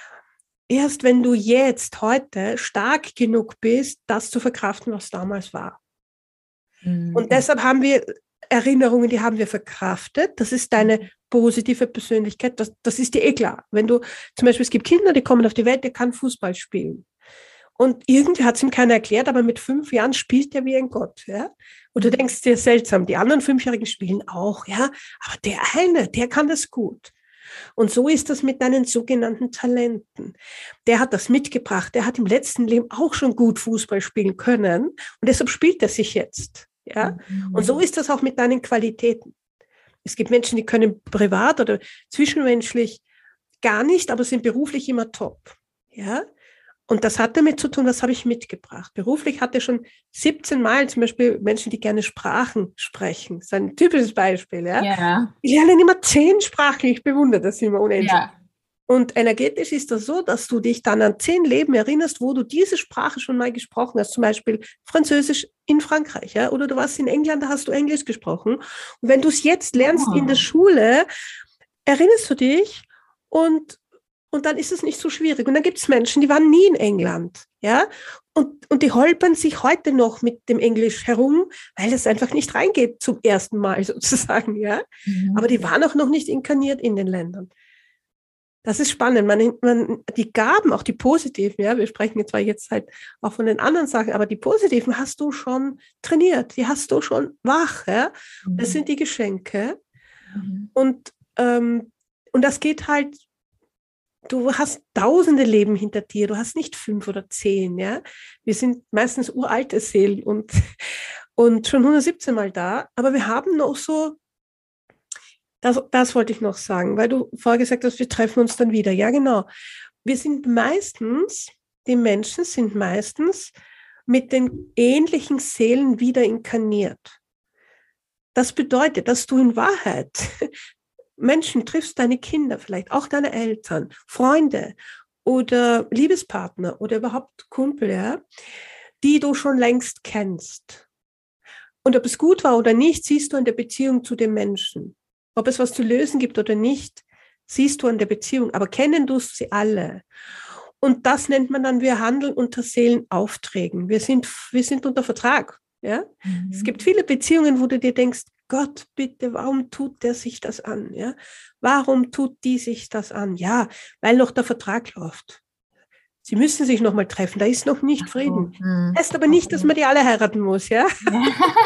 Speaker 3: erst wenn du jetzt, heute stark genug bist, das zu verkraften, was damals war. Mhm. Und deshalb haben wir Erinnerungen, die haben wir verkraftet. Das ist deine positive Persönlichkeit. Das, das ist dir eh klar. Wenn du, zum Beispiel, es gibt Kinder, die kommen auf die Welt, die kann Fußball spielen. Und irgendwie hat es ihm keiner erklärt, aber mit fünf Jahren spielt er wie ein Gott. Ja? Und du denkst dir seltsam, die anderen Fünfjährigen spielen auch, ja, aber der eine, der kann das gut. Und so ist das mit deinen sogenannten Talenten. Der hat das mitgebracht, der hat im letzten Leben auch schon gut Fußball spielen können und deshalb spielt er sich jetzt. Ja? Mhm. Und so ist das auch mit deinen Qualitäten. Es gibt Menschen, die können privat oder zwischenmenschlich gar nicht, aber sind beruflich immer top. Ja? Und das hat damit zu tun, was habe ich mitgebracht. Beruflich hatte schon siebzehn Mal zum Beispiel Menschen, die gerne Sprachen sprechen. Das ist ein typisches Beispiel. Ja?
Speaker 2: Ja.
Speaker 3: Die lernen immer zehn Sprachen. Ich bewundere das immer unendlich.
Speaker 2: Ja.
Speaker 3: Und energetisch ist das so, dass du dich dann an zehn Leben erinnerst, wo du diese Sprache schon mal gesprochen hast. Zum Beispiel Französisch in Frankreich. Ja? Oder du warst in England, da hast du Englisch gesprochen. Und wenn du es jetzt lernst
Speaker 2: Oh.
Speaker 3: in der Schule, erinnerst du dich und Und dann ist es nicht so schwierig. Und dann gibt es Menschen, die waren nie in England, ja, und, und die holpern sich heute noch mit dem Englisch herum, weil es einfach nicht reingeht zum ersten Mal sozusagen, ja.
Speaker 2: Mhm.
Speaker 3: Aber die waren auch noch nicht inkarniert in den Ländern. Das ist spannend. Man, man, die Gaben, auch die positiven, ja, wir sprechen jetzt zwar jetzt halt auch von den anderen Sachen, aber die positiven hast du schon trainiert, die hast du schon wach, ja.
Speaker 2: Mhm.
Speaker 3: Das sind die Geschenke.
Speaker 2: Mhm.
Speaker 3: Und, ähm, und das geht halt. Du hast tausende Leben hinter dir, du hast nicht fünf oder zehn, ja. Wir sind meistens uralte Seelen und, und schon hundertsiebzehn Mal da, aber wir haben noch so, das, das wollte ich noch sagen, weil du vorher gesagt hast, wir treffen uns dann wieder. Ja, genau. Wir sind meistens, die Menschen sind meistens mit den ähnlichen Seelen wieder inkarniert. Das bedeutet, dass du in Wahrheit Menschen triffst, deine Kinder vielleicht, auch deine Eltern, Freunde oder Liebespartner oder überhaupt Kumpel, ja, die du schon längst kennst. Und ob es gut war oder nicht, siehst du an der Beziehung zu dem Menschen. Ob es was zu lösen gibt oder nicht, siehst du an der Beziehung. Aber kennen du sie alle? Und das nennt man dann, wir handeln unter Seelenaufträgen. Wir sind, wir sind unter Vertrag. Ja? Mhm. Es gibt viele Beziehungen, wo du dir denkst, Gott, bitte, warum tut der sich das an? Ja? Warum tut die sich das an? Ja, weil noch der Vertrag läuft. Sie müssen sich noch mal treffen, da ist noch nicht Ach Frieden. So, hm. Heißt aber nicht, dass man die alle heiraten muss, ja? ja.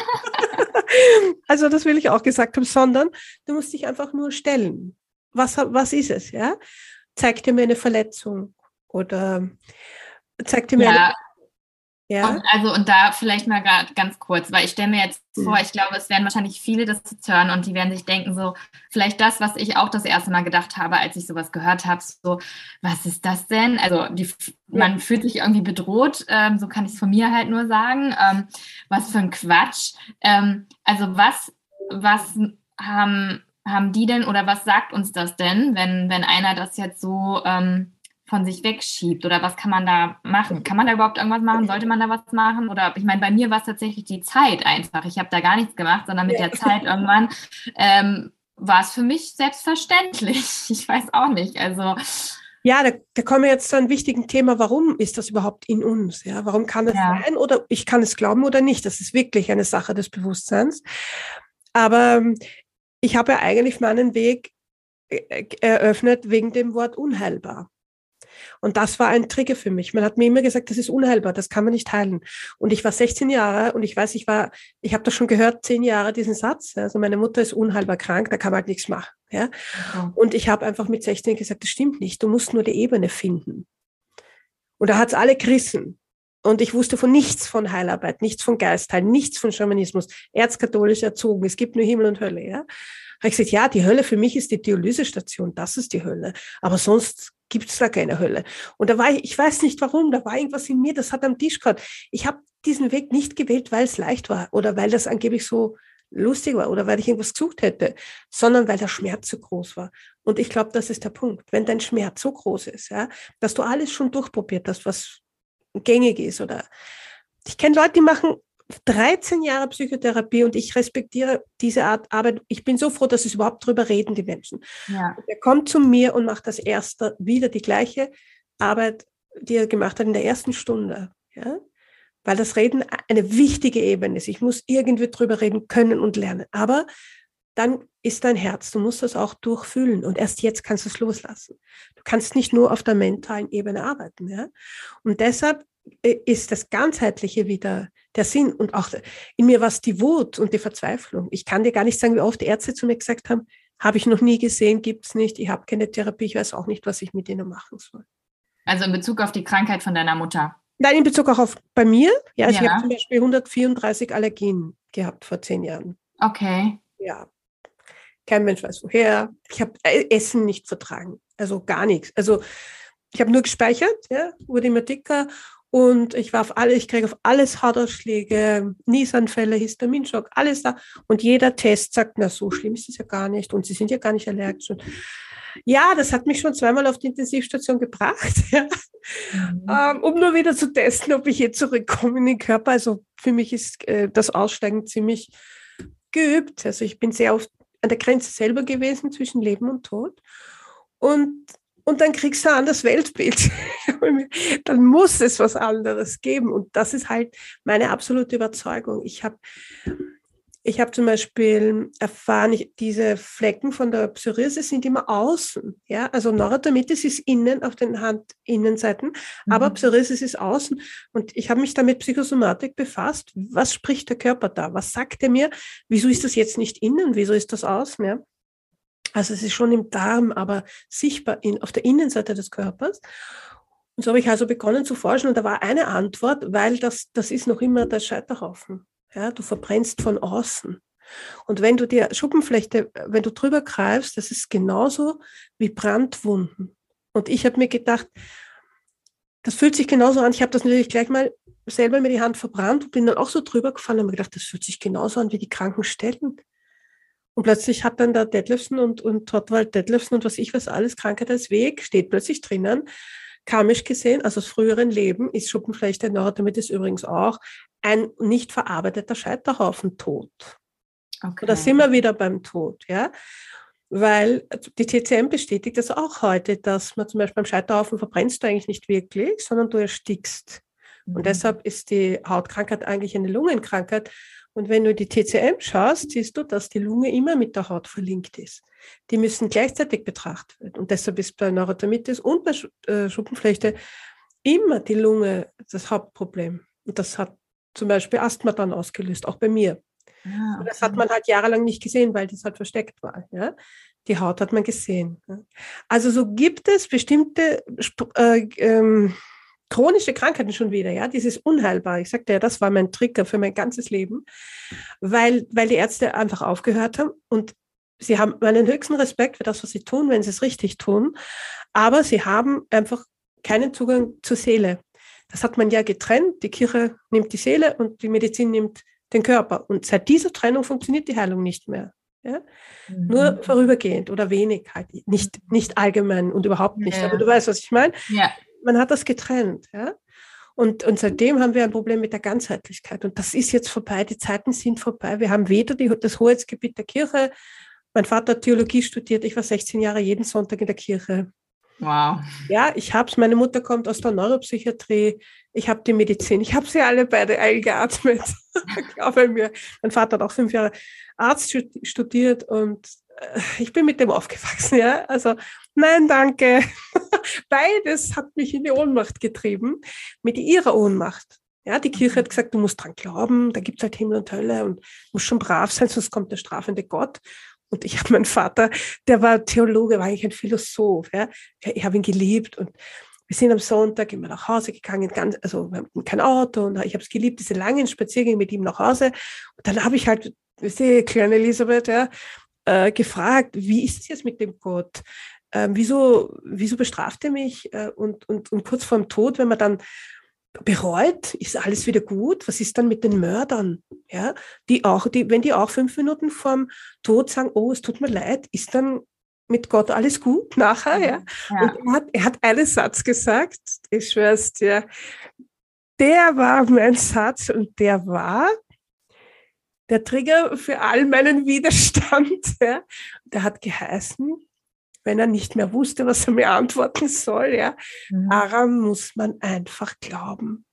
Speaker 3: Also das will ich auch gesagt haben, sondern du musst dich einfach nur stellen. Was, was ist es, ja? Zeig dir mir eine Verletzung oder zeig dir mir
Speaker 2: ja.
Speaker 3: eine...
Speaker 2: Ja. Und also und da vielleicht mal gerade ganz kurz, weil ich stelle mir jetzt vor, ich glaube, es werden wahrscheinlich viele das jetzt hören und die werden sich denken so, vielleicht das, was ich auch das erste Mal gedacht habe, als ich sowas gehört habe, so, was ist das denn? Also die, man fühlt sich irgendwie bedroht, ähm, so kann ich es von mir halt nur sagen. Ähm, was für ein Quatsch. Ähm, also was, was haben, haben die denn oder was sagt uns das denn, wenn, wenn einer das jetzt so... Ähm, von sich wegschiebt oder was kann man da machen? Kann man da überhaupt irgendwas machen? Sollte man da was machen? Oder ich meine, bei mir war es tatsächlich die Zeit einfach. Ich habe da gar nichts gemacht, sondern mit ja. der Zeit irgendwann ähm, war es für mich selbstverständlich. Ich weiß auch nicht. Also
Speaker 3: ja, da, da kommen wir jetzt zu einem wichtigen Thema. Warum ist das überhaupt in uns? Ja, warum kann es ja. sein? Oder ich kann es glauben oder nicht? Das ist wirklich eine Sache des Bewusstseins. Aber ich habe ja eigentlich meinen Weg eröffnet wegen dem Wort unheilbar. Und das war ein Trigger für mich. Man hat mir immer gesagt, das ist unheilbar, das kann man nicht heilen. Und ich war sechzehn Jahre und ich weiß, ich war, ich habe das schon gehört, zehn Jahre diesen Satz. Also meine Mutter ist unheilbar krank, da kann man halt nichts machen. Ja? Okay. Und ich habe einfach mit sechzehn gesagt, das stimmt nicht, du musst nur die Ebene finden. Und da hat es alle gerissen. Und ich wusste von nichts von Heilarbeit, nichts von Geistheil, nichts von Schamanismus, erzkatholisch erzogen, es gibt nur Himmel und Hölle. Ja? Da habe ich gesagt, ja, die Hölle für mich ist die Dialysestation, das ist die Hölle. Aber sonst gibt es da keine Hölle. Und da war ich, ich weiß nicht warum, da war irgendwas in mir, das hat am Tisch gehabt. Ich habe diesen Weg nicht gewählt, weil es leicht war oder weil das angeblich so lustig war oder weil ich irgendwas gesucht hätte, sondern weil der Schmerz so groß war. Und ich glaube, das ist der Punkt. Wenn dein Schmerz so groß ist, ja, dass du alles schon durchprobiert hast, was gängig ist oder ich kenne Leute, die machen dreizehn Jahre Psychotherapie und ich respektiere diese Art Arbeit. Ich bin so froh, dass sie überhaupt drüber reden, die Menschen. Ja. Er kommt zu mir und macht das erste wieder die gleiche Arbeit, die er gemacht hat in der ersten Stunde. Ja? Weil das Reden eine wichtige Ebene ist. Ich muss irgendwie drüber reden können und lernen. Aber dann ist dein Herz, du musst das auch durchfühlen und erst jetzt kannst du es loslassen. Du kannst nicht nur auf der mentalen Ebene arbeiten. Ja? Und deshalb ist das Ganzheitliche wieder der Sinn und auch in mir war es die Wut und die Verzweiflung. Ich kann dir gar nicht sagen, wie oft die Ärzte zu mir gesagt haben, habe ich noch nie gesehen, gibt es nicht, ich habe keine Therapie, ich weiß auch nicht, was ich mit ihnen machen soll.
Speaker 2: Also in Bezug auf die Krankheit von deiner Mutter?
Speaker 3: Nein, in Bezug auch auf bei mir. Ja, also ja. Ich habe zum Beispiel hundertvierunddreißig Allergien gehabt vor zehn Jahren.
Speaker 2: Okay.
Speaker 3: Ja, kein Mensch weiß woher. Ich habe Essen nicht vertragen, also gar nichts. Also ich habe nur gespeichert, ja, wurde immer dicker und ich war auf alle, ich kriege auf alles Hautausschläge, Niesanfälle, Histaminschock, alles da. Und jeder Test sagt, na, so schlimm ist es ja gar nicht und Sie sind ja gar nicht allergisch. Und ja, das hat mich schon zweimal auf die Intensivstation gebracht, ja. Mhm. Ähm, um nur wieder zu testen, ob ich jetzt zurückkomme in den Körper. Also für mich ist äh, das Aussteigen ziemlich geübt. Also ich bin sehr oft an der Grenze selber gewesen zwischen Leben und Tod. Und, und dann kriegst du ein anderes Weltbild. Dann muss es was anderes geben. Und das ist halt meine absolute Überzeugung. Ich habe Ich habe zum Beispiel erfahren, ich, diese Flecken von der Psoriasis sind immer außen. Ja? Also Neurodermitis ist innen auf den Handinnenseiten, mhm. aber Psoriasis ist außen. Und ich habe mich da mit Psychosomatik befasst. Was spricht der Körper da? Was sagt er mir? Wieso ist das jetzt nicht innen? Wieso ist das außen? Ja? Also es ist schon im Darm, aber sichtbar in, auf der Innenseite des Körpers. Und so habe ich also begonnen zu forschen. Und da war eine Antwort, weil das, das ist noch immer der Scheiterhaufen. Ja, du verbrennst von außen. Und wenn du die Schuppenflechte, wenn du drüber greifst, das ist genauso wie Brandwunden. Und ich habe mir gedacht, das fühlt sich genauso an. Ich habe das natürlich gleich mal selber mir die Hand verbrannt und bin dann auch so drüber gefallen und habe mir gedacht, das fühlt sich genauso an wie die Krankenstellen. Und plötzlich hat dann der Detlefsen und, und Tortwald Detlefsen und was ich weiß alles, Krankheit als Weg, steht plötzlich drinnen. Karmisch gesehen, also aus früheren Leben, ist Schuppenflechte, Neurodermitis übrigens auch, ein nicht verarbeiteter Scheiterhaufen tot. Okay. Da sind wir wieder beim Tod, ja, weil die T C M bestätigt das auch heute, dass man zum Beispiel beim Scheiterhaufen verbrennst du eigentlich nicht wirklich, sondern du erstickst. Mhm. Und deshalb ist die Hautkrankheit eigentlich eine Lungenkrankheit. Und wenn du die T C M schaust, siehst du, dass die Lunge immer mit der Haut verlinkt ist. Die müssen gleichzeitig betrachtet werden. Und deshalb ist bei Neurodermitis und bei Schuppenflechte immer die Lunge das Hauptproblem. Und das hat zum Beispiel Asthma dann ausgelöst, auch bei mir. Ah, okay. Und das hat man halt jahrelang nicht gesehen, weil das halt versteckt war. Ja? Die Haut hat man gesehen. Ja? Also so gibt es bestimmte äh, ähm, chronische Krankheiten schon wieder, ja, dieses unheilbar. Ich sagte ja, das war mein Trigger für mein ganzes Leben, weil, weil die Ärzte einfach aufgehört haben und sie haben meinen höchsten Respekt für das, was sie tun, wenn sie es richtig tun, aber sie haben einfach keinen Zugang zur Seele. Das hat man ja getrennt. Die Kirche nimmt die Seele und die Medizin nimmt den Körper. Und seit dieser Trennung funktioniert die Heilung nicht mehr. Ja? Mhm. Nur vorübergehend oder wenig halt. Nicht, nicht allgemein und überhaupt nicht. Ja. Aber du weißt, was ich meine. Ja. Man hat das getrennt. Ja? Und, und seitdem haben wir ein Problem mit der Ganzheitlichkeit. Und das ist jetzt vorbei. Die Zeiten sind vorbei. Wir haben weder die, das Hoheitsgebiet der Kirche. Mein Vater hat Theologie studiert. Ich war sechzehn Jahre jeden Sonntag in der Kirche.
Speaker 2: Wow.
Speaker 3: Ja, ich habe es. Meine Mutter kommt aus der Neuropsychiatrie. Ich habe die Medizin. Ich habe sie alle beide eingeatmet. Glaube mir. Mein Vater hat auch fünf Jahre Arzt studiert und ich bin mit dem aufgewachsen. Ja, also nein, danke. Beides hat mich in die Ohnmacht getrieben. Mit ihrer Ohnmacht. Ja, die Kirche hat gesagt, du musst dran glauben. Da gibt es halt Himmel und Hölle und musst schon brav sein, sonst kommt der strafende Gott. Und ich habe meinen Vater, der war Theologe, war eigentlich ein Philosoph. Ja. Ich habe ihn geliebt und wir sind am Sonntag immer nach Hause gegangen, ganz, also wir hatten kein Auto und ich habe es geliebt, diese langen Spaziergänge mit ihm nach Hause. Und dann habe ich halt, weißt du, kleine Elisabeth, ja, äh, gefragt, wie ist es jetzt mit dem Gott? Ähm, wieso, wieso bestraft er mich? Äh, und, und, und kurz vorm Tod, wenn man dann bereut, ist alles wieder gut. Was ist dann mit den Mördern? Ja, die auch, die, wenn die auch fünf Minuten vorm Tod sagen, oh, es tut mir leid, ist dann mit Gott alles gut nachher? Ja. Ja. Und er hat, er hat einen Satz gesagt, ich schwör's dir, der war mein Satz und der war der Trigger für all meinen Widerstand. Ja. Der hat geheißen, wenn er nicht mehr wusste, was er mir antworten soll, ja, mhm. daran muss man einfach glauben.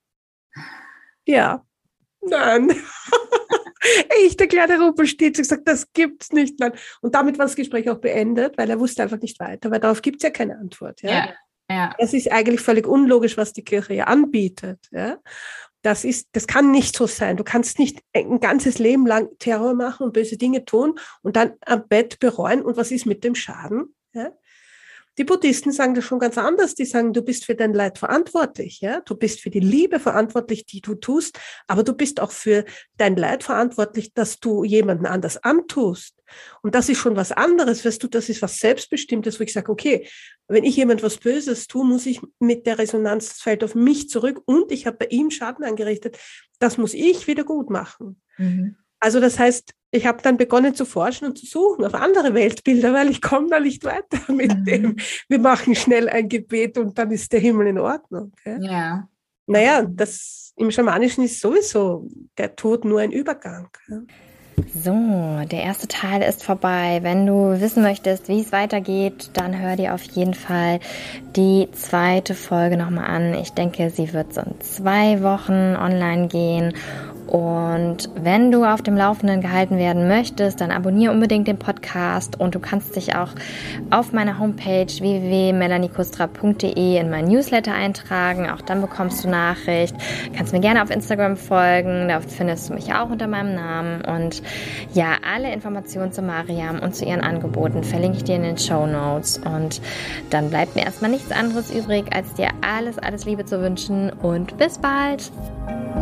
Speaker 3: Ja, nein. Ich, der kleine Rumpelstilzchen, gesagt, das gibt's nicht. Nein. Und damit war das Gespräch auch beendet, weil er wusste einfach nicht weiter, weil darauf gibt's ja keine Antwort. Ja? Ja, ja. Das ist eigentlich völlig unlogisch, was die Kirche ja anbietet. Ja? Das ist, das kann nicht so sein. Du kannst nicht ein ganzes Leben lang Terror machen und böse Dinge tun und dann am Bett bereuen. Und was ist mit dem Schaden? Ja? Die Buddhisten sagen das schon ganz anders. Die sagen, du bist für dein Leid verantwortlich. Ja? Du bist für die Liebe verantwortlich, die du tust, aber du bist auch für dein Leid verantwortlich, dass du jemanden anders antust. Und das ist schon was anderes, weißt du, das ist was Selbstbestimmtes, wo ich sage, okay, wenn ich jemand was Böses tue, muss ich mit der Resonanz, das fällt auf mich zurück und ich habe bei ihm Schaden angerichtet. Das muss ich wieder gut machen. Mhm. Also das heißt, ich habe dann begonnen zu forschen und zu suchen auf andere Weltbilder, weil ich komme da nicht weiter mit mhm. dem, wir machen schnell ein Gebet und dann ist der Himmel in Ordnung. Okay?
Speaker 2: Ja.
Speaker 3: Naja, das im Schamanischen ist sowieso der Tod nur ein Übergang. Ja.
Speaker 1: So, der erste Teil ist vorbei. Wenn du wissen möchtest, wie es weitergeht, dann hör dir auf jeden Fall die zweite Folge nochmal an. Ich denke, sie wird so in zwei Wochen online gehen. Und wenn du auf dem Laufenden gehalten werden möchtest, dann abonniere unbedingt den Podcast und du kannst dich auch auf meiner Homepage w w w punkt melanie kustra punkt d e in mein Newsletter eintragen. Auch dann bekommst du Nachricht. Kannst mir gerne auf Instagram folgen, da findest du mich auch unter meinem Namen. Und ja, alle Informationen zu Mariam und zu ihren Angeboten verlinke ich dir in den Shownotes. Und dann bleibt mir erstmal nichts anderes übrig, als dir alles, alles Liebe zu wünschen und bis bald!